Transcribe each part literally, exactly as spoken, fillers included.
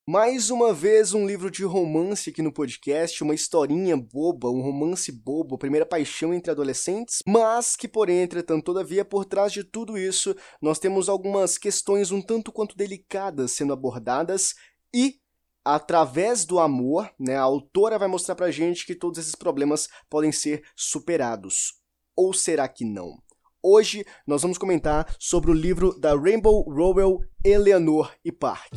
Mais uma vez um livro de romance aqui no podcast, uma historinha boba, um romance bobo, a primeira paixão entre adolescentes, mas que porém, entretanto, todavia, por trás de tudo isso, nós temos algumas questões um tanto quanto delicadas sendo abordadas e, através do amor, né, a autora vai mostrar pra gente que todos esses problemas podem ser superados. Ou será que não? Hoje nós vamos comentar sobre o livro da Rainbow Rowell, Eleanor e Park.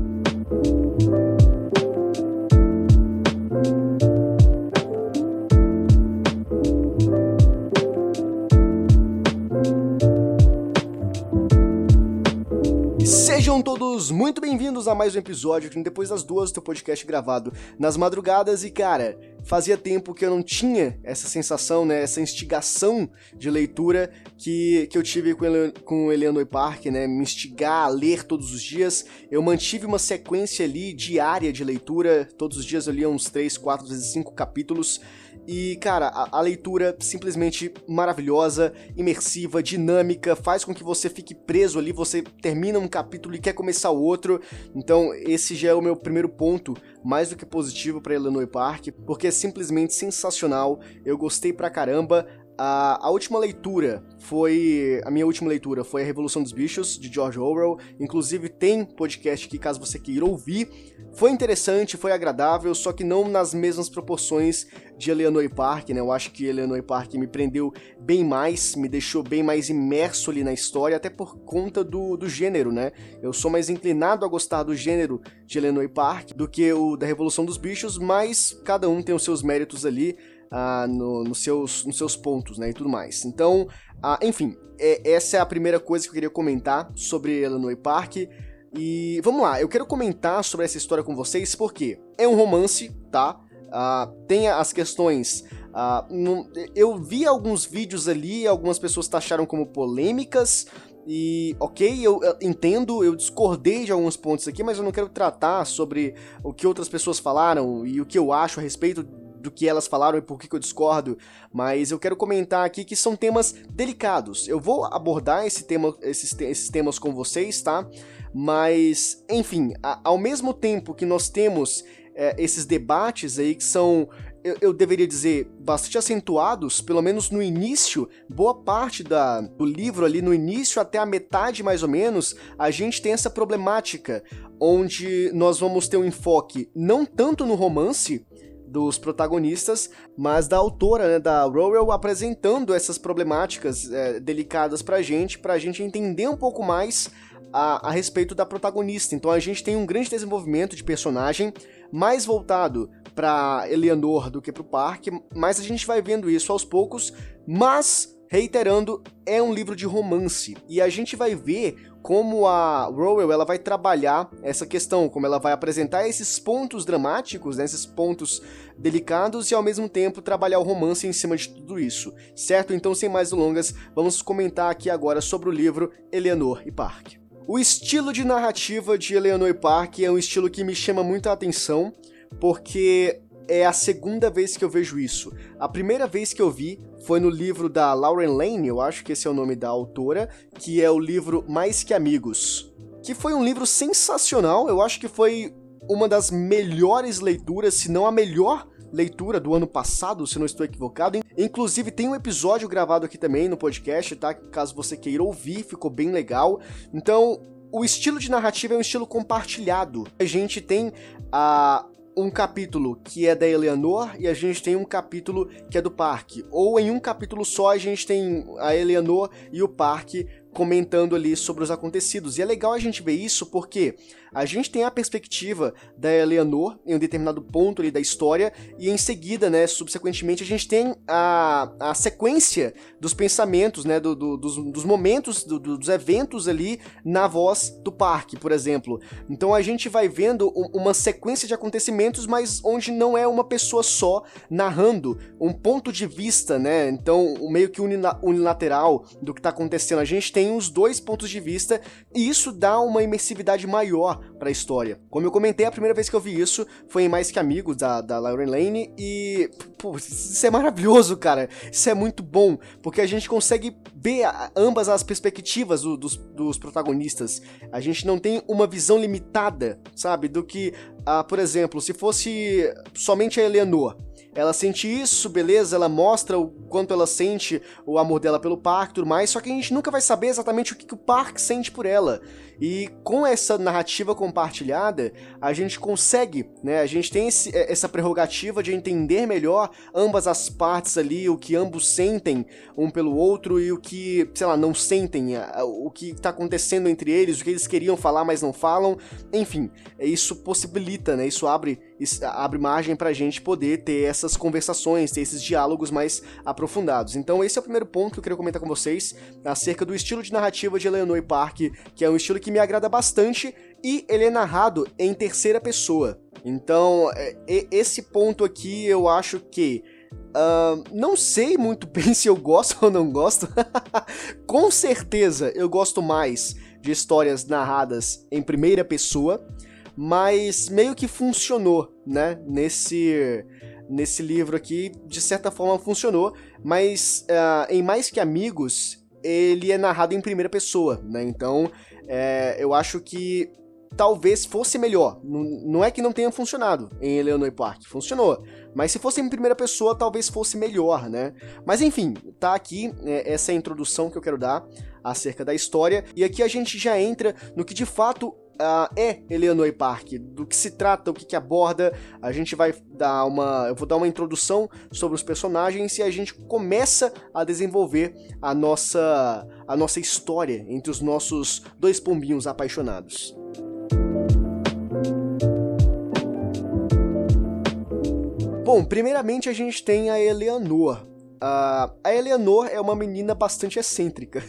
Sejam todos muito bem-vindos a mais um episódio de Depois das Duas, teu podcast gravado nas madrugadas. E cara, fazia tempo que eu não tinha essa sensação, né, essa instigação de leitura que, que eu tive com, Ele, com Eleanor Park, né, me instigar a ler todos os dias. Eu mantive uma sequência ali diária de leitura, todos os dias eu lia uns três, quatro, às vezes cinco capítulos. E, cara, a, a leitura simplesmente maravilhosa, imersiva, dinâmica, faz com que você fique preso ali, você termina um capítulo e quer começar o outro. Então, esse já é o meu primeiro ponto, mais do que positivo para Eleanor Park, porque é simplesmente sensacional, eu gostei pra caramba. A, a última leitura foi... A minha última leitura foi A Revolução dos Bichos, de George Orwell. Inclusive tem podcast aqui, caso você queira ouvir. Foi interessante, foi agradável, só que não nas mesmas proporções de Eleanor Park, né? Eu acho que Eleanor Park me prendeu bem mais, me deixou bem mais imerso ali na história, até por conta do, do gênero, né? Eu sou mais inclinado a gostar do gênero de Eleanor Park do que o da Revolução dos Bichos, mas cada um tem os seus méritos ali. Ah, no, no seus, nos seus pontos, né, e tudo mais. Então, ah, enfim, é, essa é a primeira coisa que eu queria comentar sobre Eleanor Park. E vamos lá, eu quero comentar sobre essa história com vocês porque é um romance, tá? Ah, tem as questões... Ah, não, eu vi alguns vídeos ali, algumas pessoas taxaram como polêmicas. E, ok, eu, eu entendo, eu discordei de alguns pontos aqui, mas eu não quero tratar sobre o que outras pessoas falaram e o que eu acho a respeito do que elas falaram e por que, que eu discordo, mas eu quero comentar aqui que são temas delicados. Eu vou abordar esse tema, esses, esses temas com vocês, tá? Mas, enfim, a, ao mesmo tempo que nós temos é, esses debates aí que são, eu, eu deveria dizer, bastante acentuados, pelo menos no início, boa parte da, do livro ali, no início até a metade mais ou menos, a gente tem essa problemática, onde nós vamos ter um enfoque não tanto no romance dos protagonistas, mas da autora, né, da Rowell, apresentando essas problemáticas é, delicadas pra gente, pra gente entender um pouco mais a, a respeito da protagonista. Então a gente tem um grande desenvolvimento de personagem, mais voltado pra Eleanor do que pro Park, mas a gente vai vendo isso aos poucos, mas, reiterando, é um livro de romance, e a gente vai ver como a Rowell ela vai trabalhar essa questão, como ela vai apresentar esses pontos dramáticos, né, esses pontos delicados e ao mesmo tempo trabalhar o romance em cima de tudo isso, certo? Então, sem mais delongas, vamos comentar aqui agora sobre o livro Eleanor e Park. O estilo de narrativa de Eleanor e Park é um estilo que me chama muita atenção, porque é a segunda vez que eu vejo isso. A primeira vez que eu vi foi no livro da Lauren Lane, eu acho que esse é o nome da autora, que é o livro Mais Que Amigos, que foi um livro sensacional. Eu acho que foi uma das melhores leituras, se não a melhor leitura do ano passado, se não estou equivocado. Inclusive tem um episódio gravado aqui também no podcast, tá? Caso você queira ouvir, ficou bem legal. Então, o estilo de narrativa é um estilo compartilhado. A gente tem a... um capítulo que é da Eleanor e a gente tem um capítulo que é do Park. Ou em um capítulo só a gente tem a Eleanor e o Park comentando ali sobre os acontecidos. E é legal a gente ver isso porque a gente tem a perspectiva da Eleanor em um determinado ponto ali da história e em seguida, né, subsequentemente, a gente tem a, a sequência dos pensamentos, né, do, do, dos, dos momentos, do, dos eventos ali na voz do Park, por exemplo. Então a gente vai vendo uma sequência de acontecimentos, mas onde não é uma pessoa só narrando um ponto de vista, né, então meio que unilateral do que está acontecendo. A gente tem tem os dois pontos de vista, e isso dá uma imersividade maior pra história. Como eu comentei, a primeira vez que eu vi isso foi em Mais Que Amigos, da, da Lauren Lane, e pô, isso é maravilhoso, cara. Isso é muito bom, porque a gente consegue ver ambas as perspectivas do, dos, dos protagonistas. A gente não tem uma visão limitada, sabe, do que, ah, por exemplo, se fosse somente a Eleanor. Ela sente isso, beleza, ela mostra o quanto ela sente o amor dela pelo Park e tudo mais, só que a gente nunca vai saber exatamente o que, que o Park sente por ela. E com essa narrativa compartilhada, a gente consegue, né, a gente tem esse, essa prerrogativa de entender melhor ambas as partes ali, o que ambos sentem um pelo outro e o que, sei lá, não sentem, o que tá acontecendo entre eles, o que eles queriam falar, mas não falam, enfim, isso possibilita, né, isso abre, isso abre margem pra gente poder ter essas conversações, ter esses diálogos mais aprofundados. Então esse é o primeiro ponto que eu queria comentar com vocês, acerca do estilo de narrativa de Eleanor e Park, que é um estilo que me agrada bastante, e ele é narrado em terceira pessoa. Então, esse ponto aqui eu acho que... Uh, não sei muito bem se eu gosto ou não gosto. Com certeza eu gosto mais de histórias narradas em primeira pessoa, mas meio que funcionou, né? Nesse... Nesse livro aqui, de certa forma funcionou, mas uh, em Mais Que Amigos, ele é narrado em primeira pessoa, né? Então, é, eu acho que talvez fosse melhor. Não, não é que não tenha funcionado em Eleanor e Park, funcionou. Mas se fosse em primeira pessoa, talvez fosse melhor, né? Mas enfim, tá aqui, é, essa é a introdução que eu quero dar acerca da história. E aqui a gente já entra no que de fato... Uh, é Eleanor e Park, do que se trata, o que, que aborda. A gente vai dar uma... Eu vou dar uma introdução sobre os personagens e a gente começa a desenvolver a nossa, a nossa história entre os nossos dois pombinhos apaixonados. Bom, primeiramente a gente tem a Eleanor. Uh, a Eleanor é uma menina bastante excêntrica.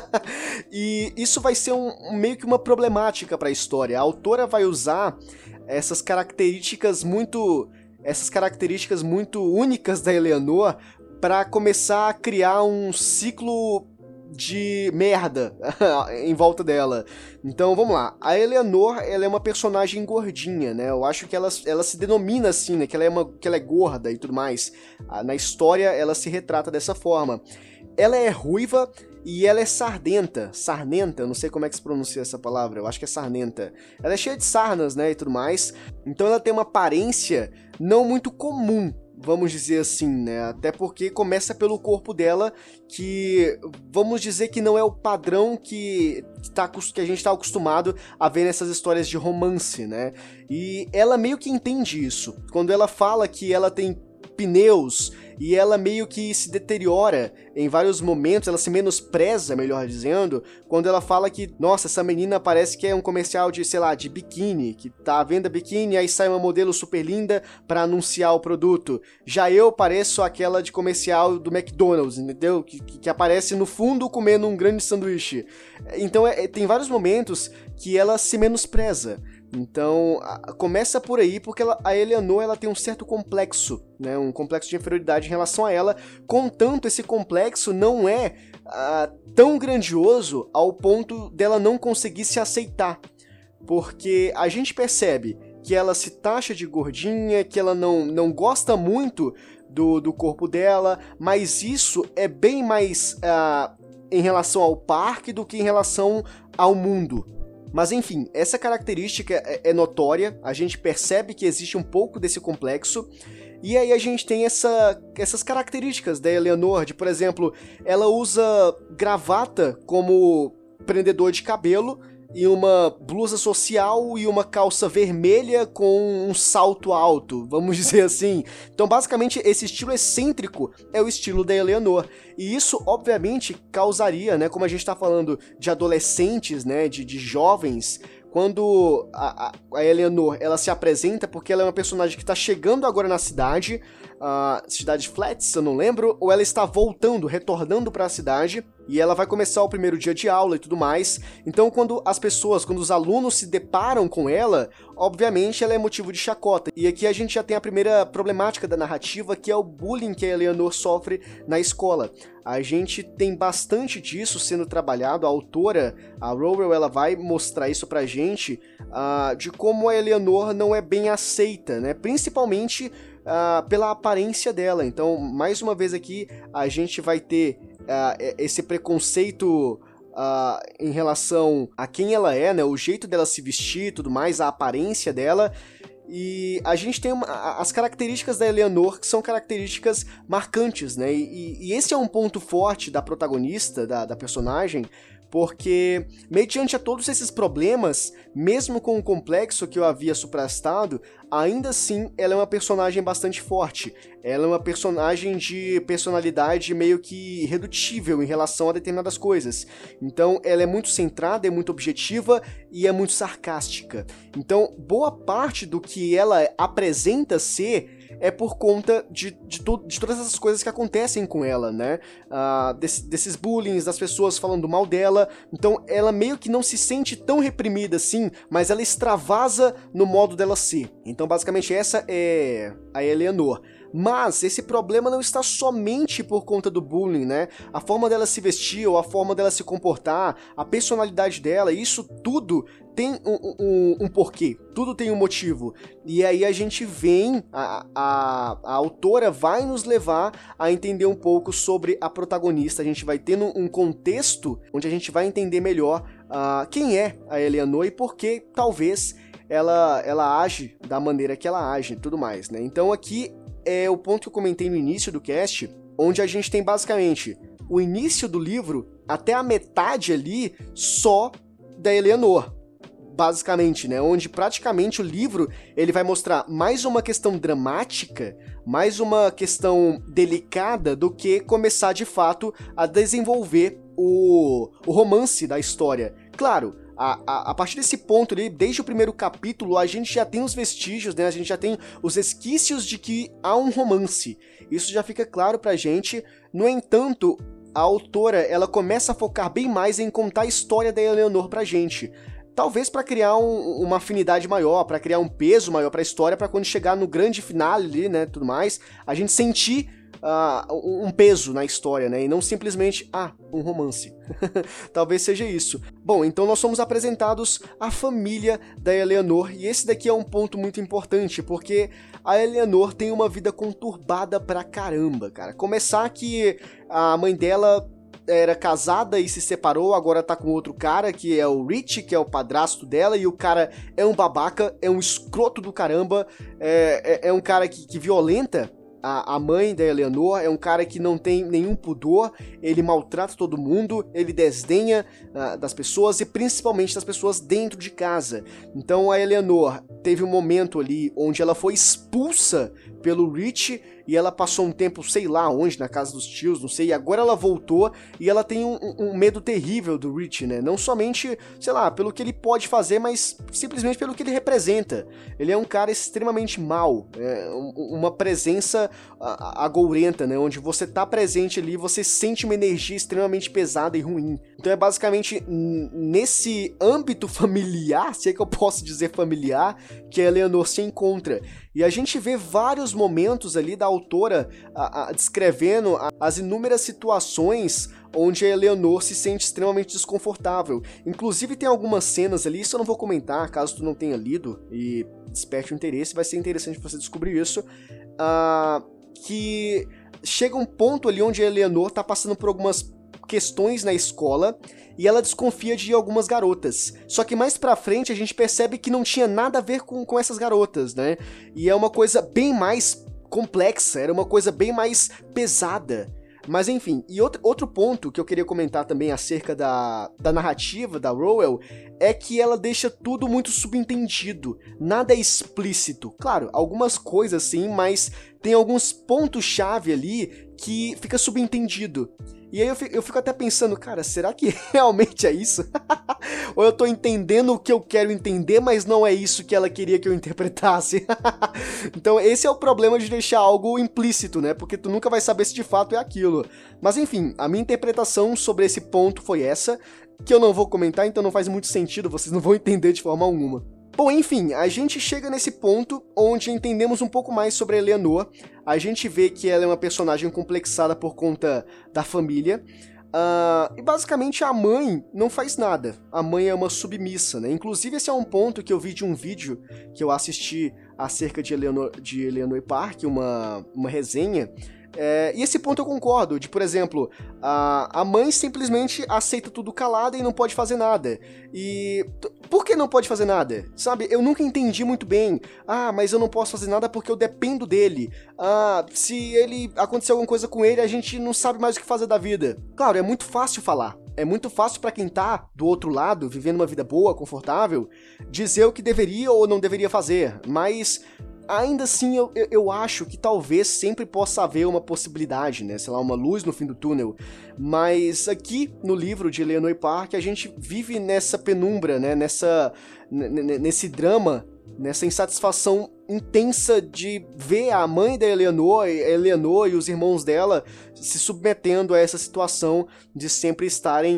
E isso vai ser um, meio que uma problemática para a história. A autora vai usar essas características muito, essas características muito únicas da Eleanor para começar a criar um ciclo de merda em volta dela. Então, vamos lá. A Eleanor, ela é uma personagem gordinha, né? Eu acho que ela, ela se denomina assim, né? Que ela, é uma, que ela é gorda e tudo mais. Na história, ela se retrata dessa forma. Ela é ruiva e ela é sardenta. Sarnenta, eu não sei como é que se pronuncia essa palavra. Eu acho que é sarnenta. Ela é cheia de sarnas, né? E tudo mais. Então, ela tem uma aparência não muito comum, vamos dizer assim, né? Até porque começa pelo corpo dela, que vamos dizer que não é o padrão que, tá, que a gente está acostumado a ver nessas histórias de romance, né? E ela meio que entende isso. Quando ela fala que ela tem pneus e ela meio que se deteriora em vários momentos, ela se menospreza, melhor dizendo, quando ela fala que, nossa, essa menina parece que é um comercial de, sei lá, de biquíni, que tá à venda biquíni, aí sai uma modelo super linda pra anunciar o produto. Já eu pareço aquela de comercial do McDonald's, entendeu? Que, que, que aparece no fundo comendo um grande sanduíche. Então, é, tem vários momentos que ela se menospreza. Então, a, começa por aí, porque ela, a Eleanor ela tem um certo complexo, né, um complexo de inferioridade em relação a ela, contanto esse complexo não é uh, tão grandioso ao ponto dela não conseguir se aceitar, porque a gente percebe que ela se taxa de gordinha, que ela não, não gosta muito do, do corpo dela, mas isso é bem mais uh, em relação ao parque do que em relação ao mundo. Mas enfim, essa característica é, é notória, a gente percebe que existe um pouco desse complexo, e aí a gente tem essa, essas características da Eleanor, de, por exemplo, ela usa gravata como prendedor de cabelo, e uma blusa social e uma calça vermelha com um salto alto, vamos dizer assim. Então, basicamente, esse estilo excêntrico é o estilo da Eleanor. E isso, obviamente, causaria, né, como a gente tá falando de adolescentes, né, de, de jovens, quando a, a, a Eleanor, ela se apresenta porque ela é uma personagem que tá chegando agora na cidade, a cidade Flats, eu não lembro, ou ela está voltando, retornando para a cidade. e ela vai começar o primeiro dia de aula e tudo mais. Então, quando as pessoas, quando os alunos se deparam com ela, obviamente ela é motivo de chacota. E aqui a gente já tem a primeira problemática da narrativa, que é o bullying que a Eleanor sofre na escola. A gente tem bastante disso sendo trabalhado, a autora, a Rowell, ela vai mostrar isso pra gente, uh, de como a Eleanor não é bem aceita, né? Principalmente uh, pela aparência dela. Então, mais uma vez aqui, a gente vai ter uh, esse preconceito Uh, em relação a quem ela é, né, o jeito dela se vestir e tudo mais, a aparência dela, e a gente tem uma, as características da Eleanor, que são características marcantes, né, e, e esse é um ponto forte da protagonista, da, da personagem, porque, mediante a todos esses problemas, mesmo com o complexo que eu havia suprastado, ainda assim ela é uma personagem bastante forte. Ela é uma personagem de personalidade meio que irredutível em relação a determinadas coisas. Então, ela é muito centrada, é muito objetiva e é muito sarcástica. Então, boa parte do que ela apresenta ser é por conta de, de, to- de todas essas coisas que acontecem com ela, né? Uh, desse, desses bullying, das pessoas falando mal dela. Então, ela meio que não se sente tão reprimida assim, mas ela extravasa no modo dela ser. Então, basicamente, essa é a Eleanor. Mas esse problema não está somente por conta do bullying, né? A forma dela se vestir, ou a forma dela se comportar, a personalidade dela, isso tudo tem um, um, um porquê, tudo tem um motivo. E aí a gente vem, a, a, a autora vai nos levar a entender um pouco sobre a protagonista. A gente vai ter um contexto onde a gente vai entender melhor uh, quem é a Eleanor e por que talvez ela, ela age da maneira que ela age e tudo mais, né? Então aqui é o ponto que eu comentei no início do cast, onde a gente tem basicamente o início do livro até a metade ali só da Eleanor, basicamente, né? Onde praticamente o livro ele vai mostrar mais uma questão dramática, mais uma questão delicada do que começar de fato a desenvolver o, o romance da história. Claro, A, a, a partir desse ponto ali, desde o primeiro capítulo, a gente já tem os vestígios, né? A gente já tem os resquícios de que há um romance. Isso já fica claro pra gente. No entanto, a autora, ela começa a focar bem mais em contar a história da Eleanor pra gente. Talvez para criar um, uma afinidade maior, para criar um peso maior pra história, para quando chegar no grande finale ali, né, tudo mais, a gente sentir Uh, um peso na história, né? E não simplesmente, ah, um romance. Talvez seja isso. Bom, então nós somos apresentados à família da Eleanor, e esse daqui é um ponto muito importante, porque a Eleanor tem uma vida conturbada pra caramba, cara. Começar que a mãe dela era casada e se separou, agora tá com outro cara, que é o Rich, que é o padrasto dela, e o cara é um babaca, é um escroto do caramba, é, é, é um cara que, que violenta A, a mãe da Eleanor, é um cara que não tem nenhum pudor, ele maltrata todo mundo, ele desdenha uh, das pessoas e principalmente das pessoas dentro de casa. Então a Eleanor teve um momento ali onde ela foi expulsa pelo Rich e ela passou um tempo, sei lá onde, na casa dos tios, não sei, e agora ela voltou e ela tem um, um medo terrível do Rich, né? Não somente, sei lá, pelo que ele pode fazer, mas simplesmente pelo que ele representa. Ele é um cara extremamente mau, é, uma presença agourenta, né? Onde você tá presente ali, você sente uma energia extremamente pesada e ruim. Então é basicamente nesse âmbito familiar, se é que eu posso dizer familiar, que a Eleanor se encontra. E a gente vê vários momentos ali da autora a, a, descrevendo a, as inúmeras situações onde a Eleanor se sente extremamente desconfortável. Inclusive tem algumas cenas ali, isso eu não vou comentar, caso tu não tenha lido e desperte o interesse, vai ser interessante você descobrir isso, uh, que chega um ponto ali onde a Eleanor tá passando por algumas questões na escola e ela desconfia de algumas garotas. Só que mais pra frente a gente percebe que não tinha nada a ver com, com essas garotas, né? E é uma coisa bem mais complexa, era uma coisa bem mais pesada. Mas enfim, e outro, outro ponto que eu queria comentar também acerca da, da narrativa da Rowell é que ela deixa tudo muito subentendido, nada é explícito. Claro, algumas coisas sim, mas tem alguns pontos-chave ali que fica subentendido. E aí eu fico, eu fico até pensando, cara, será que realmente é isso? Ou eu tô entendendo o que eu quero entender, mas não é isso que ela queria que eu interpretasse? Então esse é o problema de deixar algo implícito, né? Porque tu nunca vai saber se de fato é aquilo. Mas enfim, a minha interpretação sobre esse ponto foi essa, que eu não vou comentar, então não faz muito sentido, vocês não vão entender de forma alguma. Bom, enfim, a gente chega nesse ponto onde entendemos um pouco mais sobre a Eleanor. A gente vê que ela é uma personagem complexada por conta da família. Uh, e basicamente a mãe não faz nada. A mãe é uma submissa, né? Inclusive esse é um ponto que eu vi de um vídeo que eu assisti acerca de Eleanor, de Eleanor Park, uma, uma resenha. É, e esse ponto eu concordo, de, por exemplo, a, a mãe simplesmente aceita tudo calada e não pode fazer nada. E por que não pode fazer nada? Sabe, eu nunca entendi muito bem. Ah, mas eu não posso fazer nada porque eu dependo dele. Ah, se ele acontecer alguma coisa com ele, a gente não sabe mais o que fazer da vida. Claro, é muito fácil falar. É muito fácil pra quem tá do outro lado, vivendo uma vida boa, confortável, dizer o que deveria ou não deveria fazer, mas ainda assim, eu, eu, eu acho que talvez sempre possa haver uma possibilidade, né? Sei lá, uma luz no fim do túnel. Mas aqui no livro de Eleanor Park, a gente vive nessa penumbra, né? Nessa, nesse drama, nessa insatisfação intensa de ver a mãe da Eleanor, a Eleanor e os irmãos dela se submetendo a essa situação de sempre estarem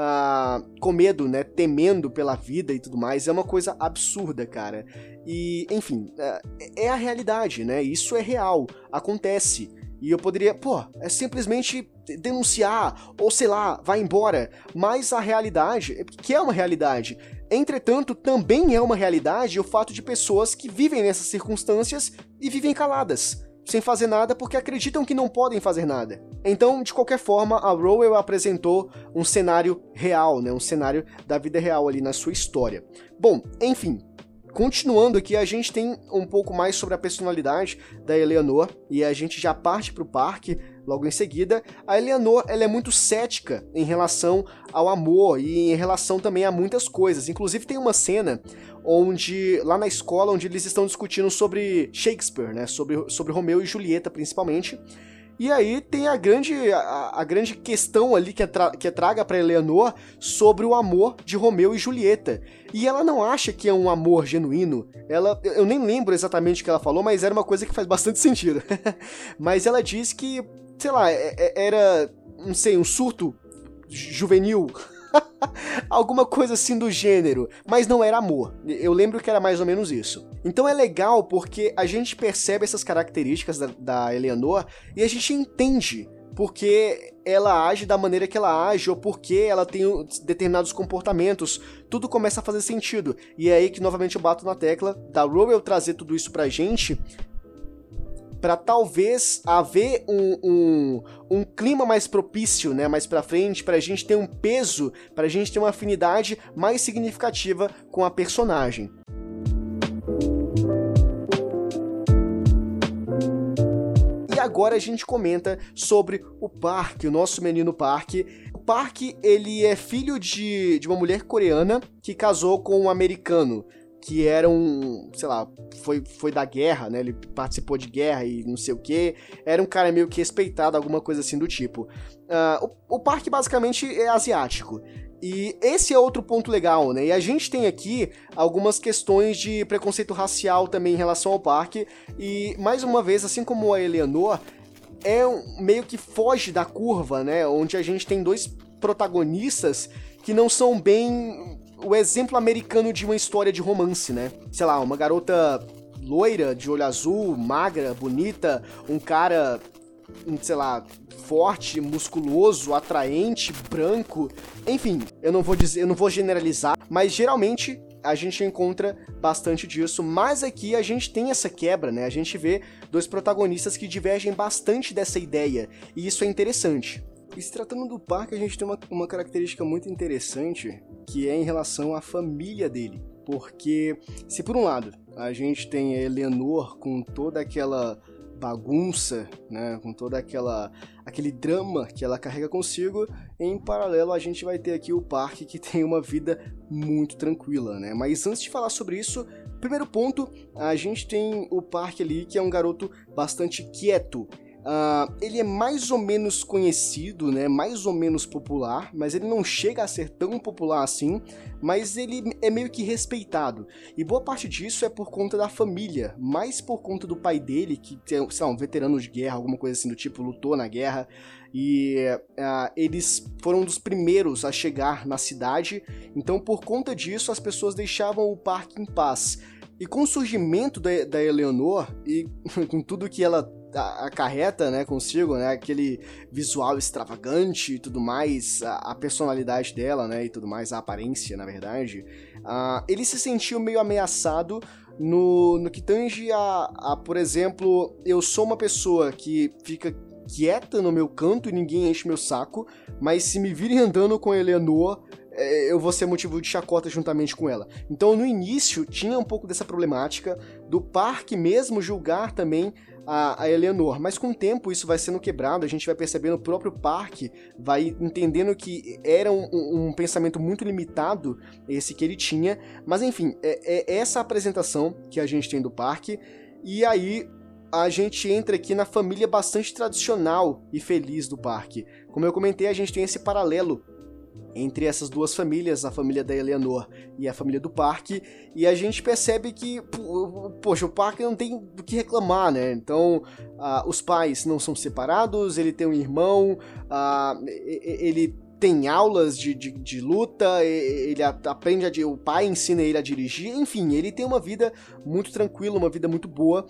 uh, com medo, né? Temendo pela vida e tudo mais. É uma coisa absurda, cara. E, enfim, é a realidade, né? Isso é real, acontece. E eu poderia, pô, é simplesmente denunciar, ou sei lá, vai embora. Mas a realidade, que é uma realidade, entretanto, também é uma realidade o fato de pessoas que vivem nessas circunstâncias e vivem caladas, sem fazer nada porque acreditam que não podem fazer nada. Então, de qualquer forma, a Rowell apresentou um cenário real, né? Um cenário da vida real ali na sua história. Bom, enfim, continuando aqui, a gente tem um pouco mais sobre a personalidade da Eleanor e a gente já parte pro parque logo em seguida. A Eleanor, ela é muito cética em relação ao amor e em relação também a muitas coisas. Inclusive tem uma cena onde, lá na escola, onde eles estão discutindo sobre Shakespeare, né, sobre, sobre Romeu e Julieta principalmente. E aí tem a grande, a, a grande questão ali que é, tra, que é traga pra Eleanor sobre o amor de Romeu e Julieta. E ela não acha que é um amor genuíno. Ela, eu nem lembro exatamente o que ela falou, mas era uma coisa que faz bastante sentido. Mas ela diz que, sei lá, era, não sei, um surto juvenil. Alguma coisa assim do gênero, mas não era amor. Eu lembro que era mais ou menos isso. Então é legal porque a gente percebe essas características da, da Eleanor e a gente entende porque ela age da maneira que ela age ou porque ela tem determinados comportamentos. Tudo começa a fazer sentido. E é aí que novamente eu bato na tecla da Rowell trazer tudo isso pra gente, para talvez haver um, um, um clima mais propício, né, mais pra frente, pra gente ter um peso, pra gente ter uma afinidade mais significativa com a personagem. E agora a gente comenta sobre o Park, o nosso menino Park. O Park, ele é filho de, de uma mulher coreana que casou com um americano, que era um, sei lá, foi, foi da guerra, né, ele participou de guerra e não sei o que, era um cara meio que respeitado, alguma coisa assim do tipo. Uh, o, o Park basicamente é asiático, e esse é outro ponto legal, né, e a gente tem aqui algumas questões de preconceito racial também em relação ao Park, e mais uma vez, assim como a Eleanor, é um, meio que foge da curva, né, onde a gente tem dois protagonistas que não são bem o exemplo americano de uma história de romance, né? Sei lá, uma garota loira, de olho azul, magra, bonita, um cara, sei lá, forte, musculoso, atraente, branco. Enfim, eu não vou dizer, eu não vou generalizar, mas geralmente a gente encontra bastante disso, mas aqui a gente tem essa quebra, né? A gente vê dois protagonistas que divergem bastante dessa ideia, e isso é interessante. E se tratando do Park, a gente tem uma, uma característica muito interessante, que é em relação à família dele. Porque, se por um lado, a gente tem a Eleanor com toda aquela bagunça, né, com toda aquela aquele drama que ela carrega consigo, em paralelo a gente vai ter aqui o Park, que tem uma vida muito tranquila, né? Mas antes de falar sobre isso, primeiro ponto, a gente tem o Park ali, que é um garoto bastante quieto. Uh, ele é mais ou menos conhecido, né, mais ou menos popular, mas ele não chega a ser tão popular assim, mas ele é meio que respeitado. E boa parte disso é por conta da família, mais por conta do pai dele, que é, sei lá, um veterano de guerra, alguma coisa assim do tipo, lutou na guerra, e uh, eles foram um dos primeiros a chegar na cidade, então por conta disso as pessoas deixavam o parque em paz. E com o surgimento da, da Eleanor, e com tudo que ela acarreta, né, consigo, né, aquele visual extravagante e tudo mais, a, a personalidade dela, né, e tudo mais, a aparência, na verdade, uh, ele se sentiu meio ameaçado no, no que tange a, a, por exemplo, eu sou uma pessoa que fica quieta no meu canto e ninguém enche meu saco, mas se me virem andando com a Eleanor, eu vou ser motivo de chacota juntamente com ela. Então, no início, tinha um pouco dessa problemática do parque mesmo julgar também a, a Eleanor, mas com o tempo isso vai sendo quebrado, a gente vai percebendo, o próprio parque vai entendendo que era um, um, um pensamento muito limitado esse que ele tinha, mas enfim, é, é essa apresentação que a gente tem do parque, e aí a gente entra aqui na família bastante tradicional e feliz do parque. Como eu comentei, a gente tem esse paralelo entre essas duas famílias, a família da Eleanor e a família do parque, e a gente percebe que, poxa, o parque não tem do que reclamar, né? Então, uh, os pais não são separados, ele tem um irmão, uh, ele tem aulas de, de, de luta, ele aprende, a, o pai ensina ele a dirigir, enfim, ele tem uma vida muito tranquila, uma vida muito boa,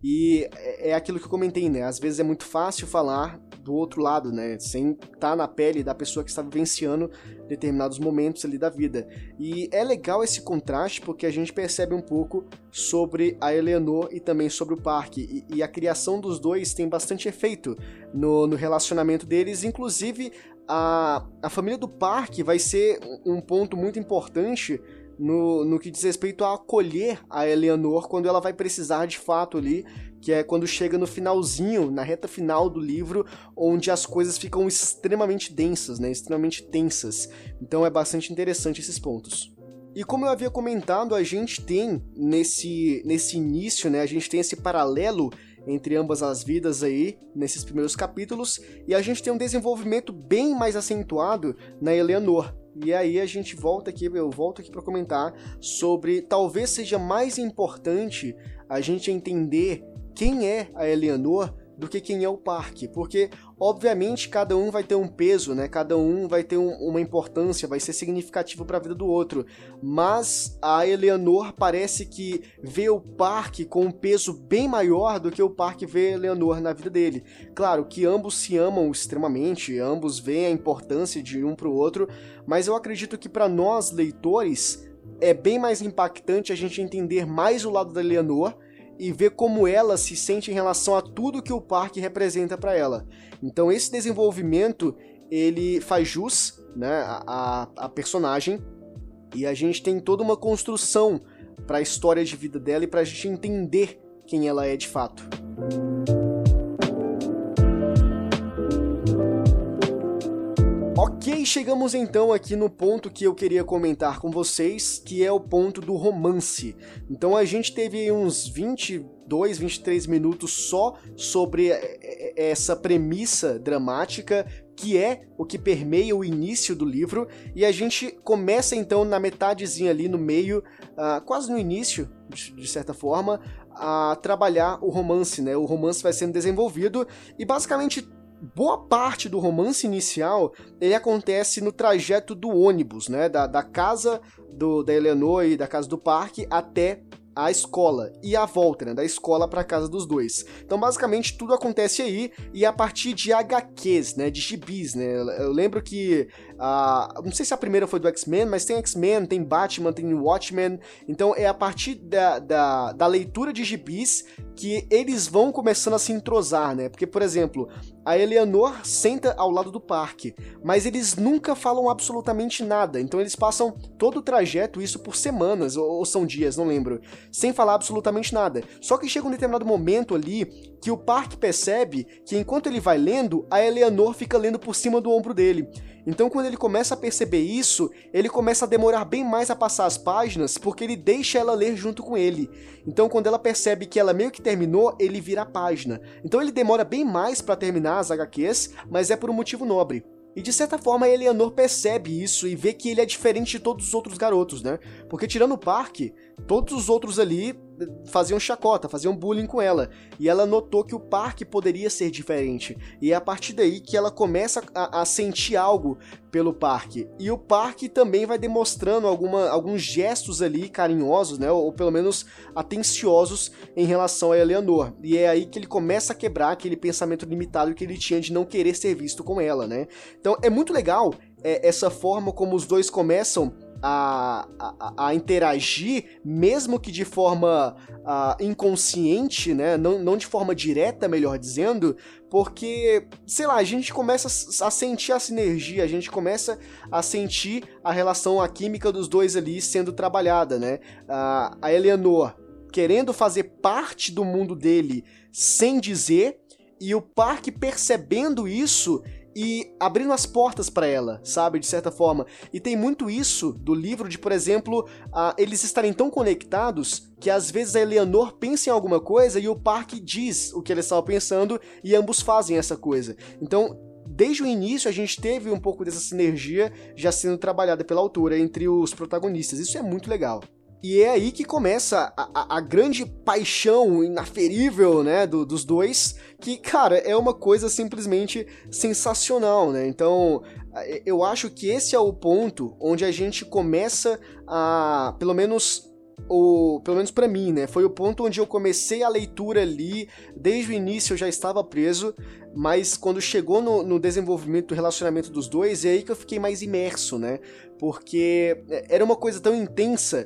e é aquilo que eu comentei, né? Às vezes é muito fácil falar do outro lado, né, sem estar na pele da pessoa que está vivenciando determinados momentos ali da vida. E é legal esse contraste porque a gente percebe um pouco sobre a Eleanor e também sobre o parque, e, e a criação dos dois tem bastante efeito no, no relacionamento deles, inclusive a, a família do parque vai ser um ponto muito importante No, no que diz respeito a acolher a Eleanor quando ela vai precisar de fato ali, que é quando chega no finalzinho, na reta final do livro, onde as coisas ficam extremamente densas, né, extremamente tensas. Então é bastante interessante esses pontos. E como eu havia comentado, a gente tem nesse, nesse início, né, a gente tem esse paralelo entre ambas as vidas aí, nesses primeiros capítulos, e a gente tem um desenvolvimento bem mais acentuado na Eleanor. E aí a gente volta aqui, eu volto aqui para comentar sobre talvez seja mais importante a gente entender quem é a Eleanor do que quem é o parque, porque obviamente cada um vai ter um peso, né? Cada um vai ter um, uma importância, vai ser significativo para a vida do outro, mas a Eleanor parece que vê o parque com um peso bem maior do que o parque vê a Eleanor na vida dele. Claro que ambos se amam extremamente, ambos veem a importância de um para o outro, mas eu acredito que para nós leitores é bem mais impactante a gente entender mais o lado da Eleanor e ver como ela se sente em relação a tudo que o parque representa para ela. Então esse desenvolvimento, ele faz jus, né, a, a personagem, e a gente tem toda uma construção para a história de vida dela e para a gente entender quem ela é de fato. Ok, chegamos então aqui no ponto que eu queria comentar com vocês, que é o ponto do romance. Então a gente teve uns vinte e dois, vinte e três minutos só sobre essa premissa dramática, que é o que permeia o início do livro, e a gente começa então na metadezinha ali no meio, uh, quase no início, de certa forma, a trabalhar o romance, né? O romance vai sendo desenvolvido e basicamente boa parte do romance inicial, ele acontece no trajeto do ônibus, né, da, da casa do, da Eleanor e da casa do parque até a escola, e a volta, né, da escola para a casa dos dois. Então, basicamente, tudo acontece aí, e a partir de agá quês, né, de gibis, né, eu lembro que, uh, não sei se a primeira foi do X-Men, mas tem X-Men, tem Batman, tem Watchmen, então é a partir da, da, da leitura de gibis que eles vão começando a se entrosar, né, porque, por exemplo, a Eleanor senta ao lado do parque, mas eles nunca falam absolutamente nada, então eles passam todo o trajeto, isso por semanas, ou, ou são dias, não lembro, sem falar absolutamente nada. Só que chega um determinado momento ali que o parque percebe que enquanto ele vai lendo, a Eleanor fica lendo por cima do ombro dele. Então quando ele começa a perceber isso, ele começa a demorar bem mais a passar as páginas, porque ele deixa ela ler junto com ele. Então quando ela percebe que ela meio que terminou, ele vira a página. Então ele demora bem mais pra terminar as agá quês, mas é por um motivo nobre. E de certa forma a Eleanor percebe isso e vê que ele é diferente de todos os outros garotos, né? Porque tirando o Park, todos os outros ali faziam chacota, faziam bullying com ela. E ela notou que o Park poderia ser diferente. E é a partir daí que ela começa a, a sentir algo pelo Park. E o Park também vai demonstrando alguma, alguns gestos ali carinhosos, né? Ou, ou pelo menos atenciosos em relação a Eleanor. E é aí que ele começa a quebrar aquele pensamento limitado que ele tinha de não querer ser visto com ela, né? Então é muito legal é, essa forma como os dois começam A, a, a interagir, mesmo que de forma a, inconsciente, né? Não, não de forma direta, melhor dizendo, porque, sei lá, a gente começa a sentir a sinergia, a gente começa a sentir a relação, a química dos dois ali sendo trabalhada, né? A, a Eleanor querendo fazer parte do mundo dele sem dizer, e o Park percebendo isso e abrindo as portas pra ela, sabe, de certa forma. E tem muito isso do livro de, por exemplo, uh, eles estarem tão conectados que às vezes a Eleanor pensa em alguma coisa e o Park diz o que ele estava pensando e ambos fazem essa coisa. Então, desde o início a gente teve um pouco dessa sinergia já sendo trabalhada pela autora entre os protagonistas. Isso é muito legal. E é aí que começa a, a, a grande paixão inaferível, né, do, dos dois, que, cara, é uma coisa simplesmente sensacional, né? Então, eu acho que esse é o ponto onde a gente começa a, pelo menos... O, pelo menos pra mim, né, foi o ponto onde eu comecei a leitura ali, desde o início eu já estava preso, mas quando chegou no, no desenvolvimento do relacionamento dos dois, é aí que eu fiquei mais imerso, né, porque era uma coisa tão intensa,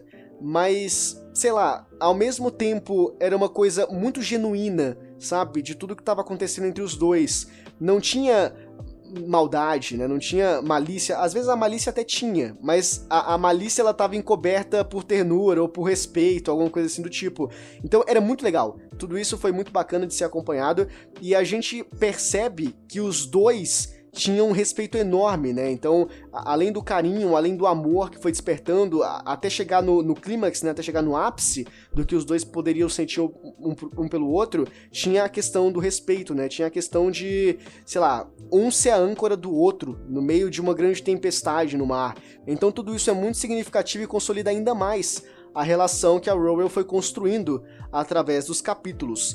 mas, sei lá, ao mesmo tempo era uma coisa muito genuína, sabe, de tudo que estava acontecendo entre os dois. Não tinha maldade, né, não tinha malícia. Às vezes a malícia até tinha, mas a, a malícia ela estava encoberta por ternura ou por respeito, alguma coisa assim do tipo. Então era muito legal. Tudo isso foi muito bacana de ser acompanhado e a gente percebe que os dois tinham um respeito enorme, né? Então, a, além do carinho, além do amor que foi despertando, a, até chegar no, no clímax, né? Até chegar no ápice do que os dois poderiam sentir um, um, um pelo outro, tinha a questão do respeito, né? Tinha a questão de, sei lá, um ser a âncora do outro no meio de uma grande tempestade no mar. Então, tudo isso é muito significativo e consolida ainda mais a relação que a Rowell foi construindo através dos capítulos.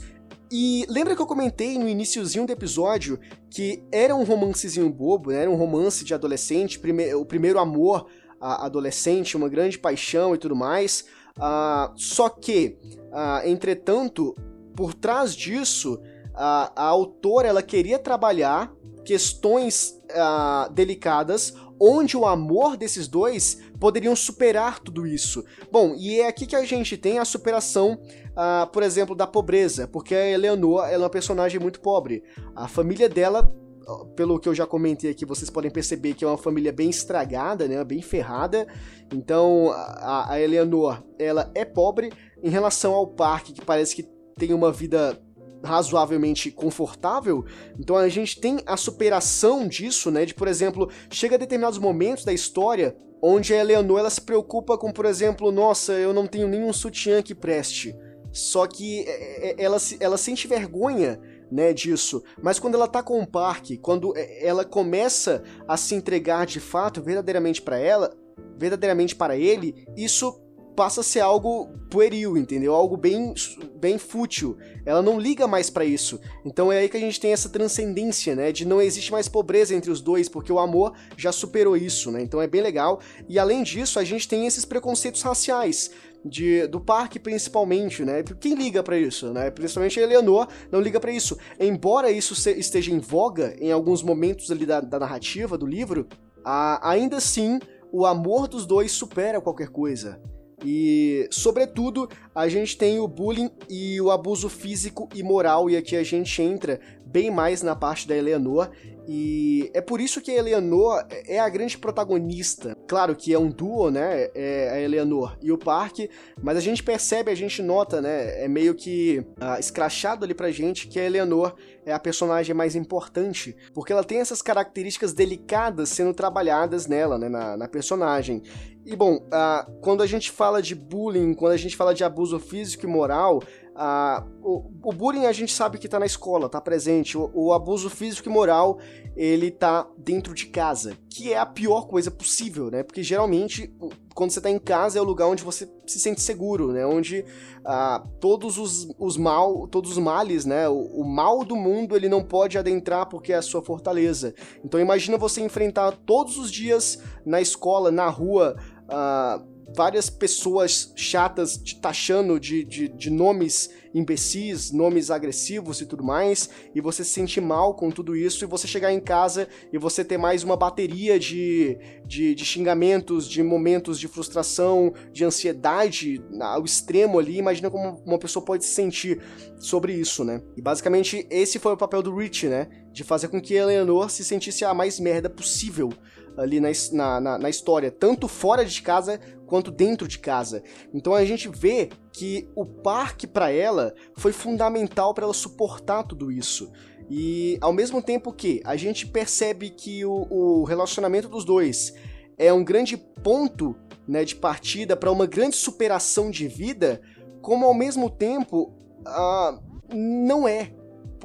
E lembra que eu comentei no iniciozinho do episódio que era um romancezinho bobo, né? Era um romance de adolescente, prime- o primeiro amor a, adolescente, uma grande paixão e tudo mais. Uh, só que, uh, entretanto, por trás disso, uh, a autora ela queria trabalhar questões uh, delicadas onde o amor desses dois poderiam superar tudo isso. Bom, e é aqui que a gente tem a superação, uh, por exemplo, da pobreza, porque a Eleanor ela é uma personagem muito pobre. A família dela, pelo que eu já comentei aqui, vocês podem perceber que é uma família bem estragada, né, bem ferrada. Então, a, a Eleanor, ela é pobre em relação ao Park, que parece que tem uma vida razoavelmente confortável. Então a gente tem a superação disso, né, de, por exemplo, chega a determinados momentos da história onde a Eleanor ela se preocupa com, por exemplo, nossa, eu não tenho nenhum sutiã que preste. Só que ela, ela sente vergonha, né, disso. Mas quando ela tá com o Park, quando ela começa a se entregar de fato, verdadeiramente para ela, verdadeiramente para ele, isso passa a ser algo pueril, entendeu? Algo bem, bem fútil. Ela não liga mais pra isso. Então é aí que a gente tem essa transcendência, né? De não existe mais pobreza entre os dois, porque o amor já superou isso, né? Então é bem legal. E além disso, a gente tem esses preconceitos raciais. De, do Park principalmente, né? Quem liga pra isso, né? Principalmente a Eleanor não liga pra isso. Embora isso se, esteja em voga em alguns momentos ali da, da narrativa, do livro, a, ainda assim, o amor dos dois supera qualquer coisa. E, sobretudo, a gente tem o bullying e o abuso físico e moral, e aqui a gente entra bem mais na parte da Eleanor, e é por isso que a Eleanor é a grande protagonista. Claro que é um duo, né, é a Eleanor e o Park, mas a gente percebe, a gente nota, né, é meio que uh, escrachado ali pra gente que a Eleanor é a personagem mais importante, porque ela tem essas características delicadas sendo trabalhadas nela, né, na, na personagem. E bom, uh, quando a gente fala de bullying, quando a gente fala de abuso físico e moral, uh, o, o bullying a gente sabe que tá na escola, tá presente. O, o abuso físico e moral, ele tá dentro de casa, que é a pior coisa possível, né? Porque geralmente, quando você tá em casa, é o lugar onde você se sente seguro, né? Onde uh, todos os, os mal, todos os males, né? O, o mal do mundo, ele não pode adentrar porque é a sua fortaleza. Então imagina você enfrentar todos os dias na escola, na rua, uh, várias pessoas chatas te taxando de, de, de nomes imbecis, nomes agressivos e tudo mais, e você se sente mal com tudo isso, e você chegar em casa e você ter mais uma bateria de, de, de xingamentos, de momentos de frustração, de ansiedade ao extremo ali. Imagina como uma pessoa pode se sentir sobre isso, né? E basicamente esse foi o papel do Rich, né? De fazer com que a Eleanor se sentisse a mais merda possível ali na, na, na história, tanto fora de casa quanto dentro de casa. Então a gente vê que o Park para ela foi fundamental para ela suportar tudo isso. E ao mesmo tempo que a gente percebe que o, o relacionamento dos dois é um grande ponto, né, de partida para uma grande superação de vida, como ao mesmo tempo uh, não é,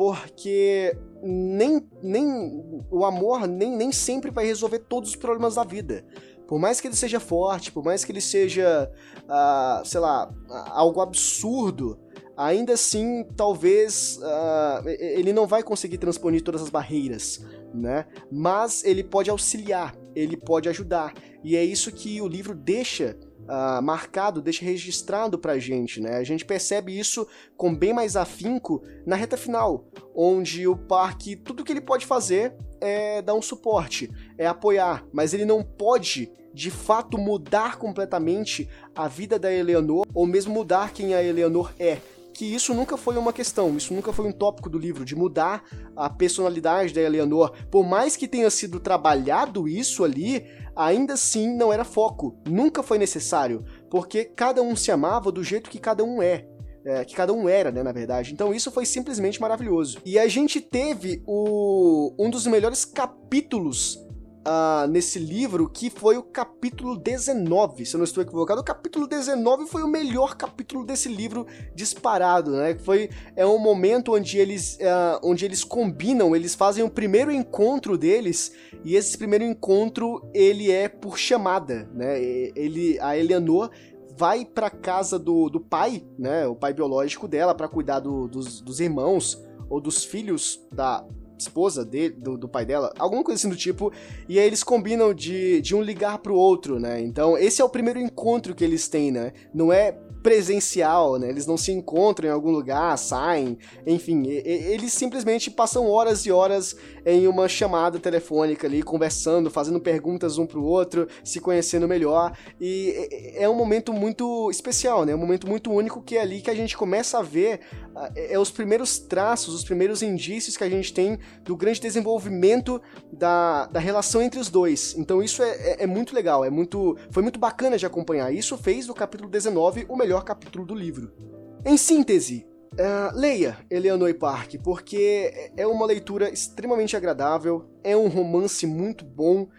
porque nem, nem o amor nem, nem sempre vai resolver todos os problemas da vida. Por mais que ele seja forte, por mais que ele seja, uh, sei lá, algo absurdo, ainda assim, talvez uh, ele não vai conseguir transponer todas as barreiras, né? Mas ele pode auxiliar, ele pode ajudar. E é isso que o livro deixa uh, marcado, deixa registrado pra gente, né? A gente percebe isso com bem mais afinco na reta final, onde o Park, tudo que ele pode fazer é dar um suporte, é apoiar, mas ele não pode, de fato, mudar completamente a vida da Eleanor, ou mesmo mudar quem a Eleanor é. Que isso nunca foi uma questão, isso nunca foi um tópico do livro, de mudar a personalidade da Eleanor. Por mais que tenha sido trabalhado isso ali, ainda assim não era foco, nunca foi necessário, porque cada um se amava do jeito que cada um é. É, que cada um era, né, na verdade. Então isso foi simplesmente maravilhoso. E a gente teve o, um dos melhores capítulos uh, nesse livro, que foi o capítulo dezenove, se eu não estou equivocado. O capítulo dezenove foi o melhor capítulo desse livro disparado, né? Foi, é um momento onde eles, uh, onde eles combinam, eles fazem o primeiro encontro deles, e esse primeiro encontro, ele é por chamada, né? Ele, a Eleanor vai pra casa do, do pai, né, o pai biológico dela, pra cuidar do, dos, dos irmãos ou dos filhos da esposa de, do, do pai dela, alguma coisa assim do tipo, e aí eles combinam de, de um ligar pro outro, né, então esse é o primeiro encontro que eles têm, né, não é presencial, né, eles não se encontram em algum lugar, saem, enfim, e, e, eles simplesmente passam horas e horas em uma chamada telefônica ali, conversando, fazendo perguntas um pro outro, se conhecendo melhor, e é um momento muito especial, né, um momento muito único, que é ali que a gente começa a ver é os primeiros traços, os primeiros indícios que a gente tem do grande desenvolvimento da, da relação entre os dois. Então isso é, é, é muito legal, é muito, foi muito bacana de acompanhar. Isso fez do capítulo dezenove o melhor capítulo do livro. Em síntese, uh, leia Eleanor e Park, porque é uma leitura extremamente agradável, é um romance muito bom,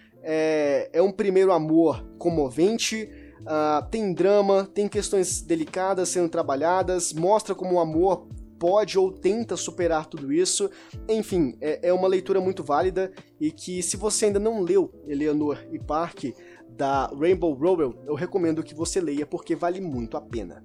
é, é um primeiro amor comovente, uh, tem drama, tem questões delicadas sendo trabalhadas, mostra como o amor pode ou tenta superar tudo isso. Enfim, é, é uma leitura muito válida, e que, se você ainda não leu Eleanor e Park, da Rainbow Rowell, eu recomendo que você leia, porque vale muito a pena.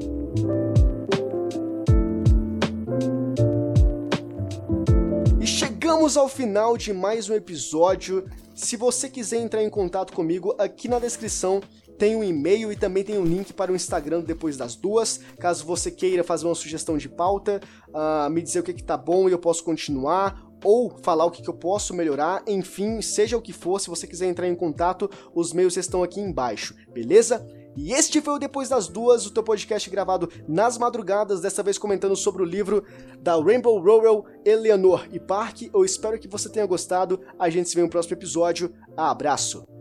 E chegamos ao final de mais um episódio. Se você quiser entrar em contato comigo, aqui na descrição tem um e-mail e também tem um link para o Instagram Depois das Duas, caso você queira fazer uma sugestão de pauta, uh, me dizer o que que tá bom e eu posso continuar, ou falar o que que eu posso melhorar, enfim, seja o que for, se você quiser entrar em contato, os meios estão aqui embaixo, beleza? E este foi o Depois das Duas, o teu podcast gravado nas madrugadas, dessa vez comentando sobre o livro da Rainbow Rowell, Eleanor e Park. Eu espero que você tenha gostado. A gente se vê no próximo episódio. Abraço!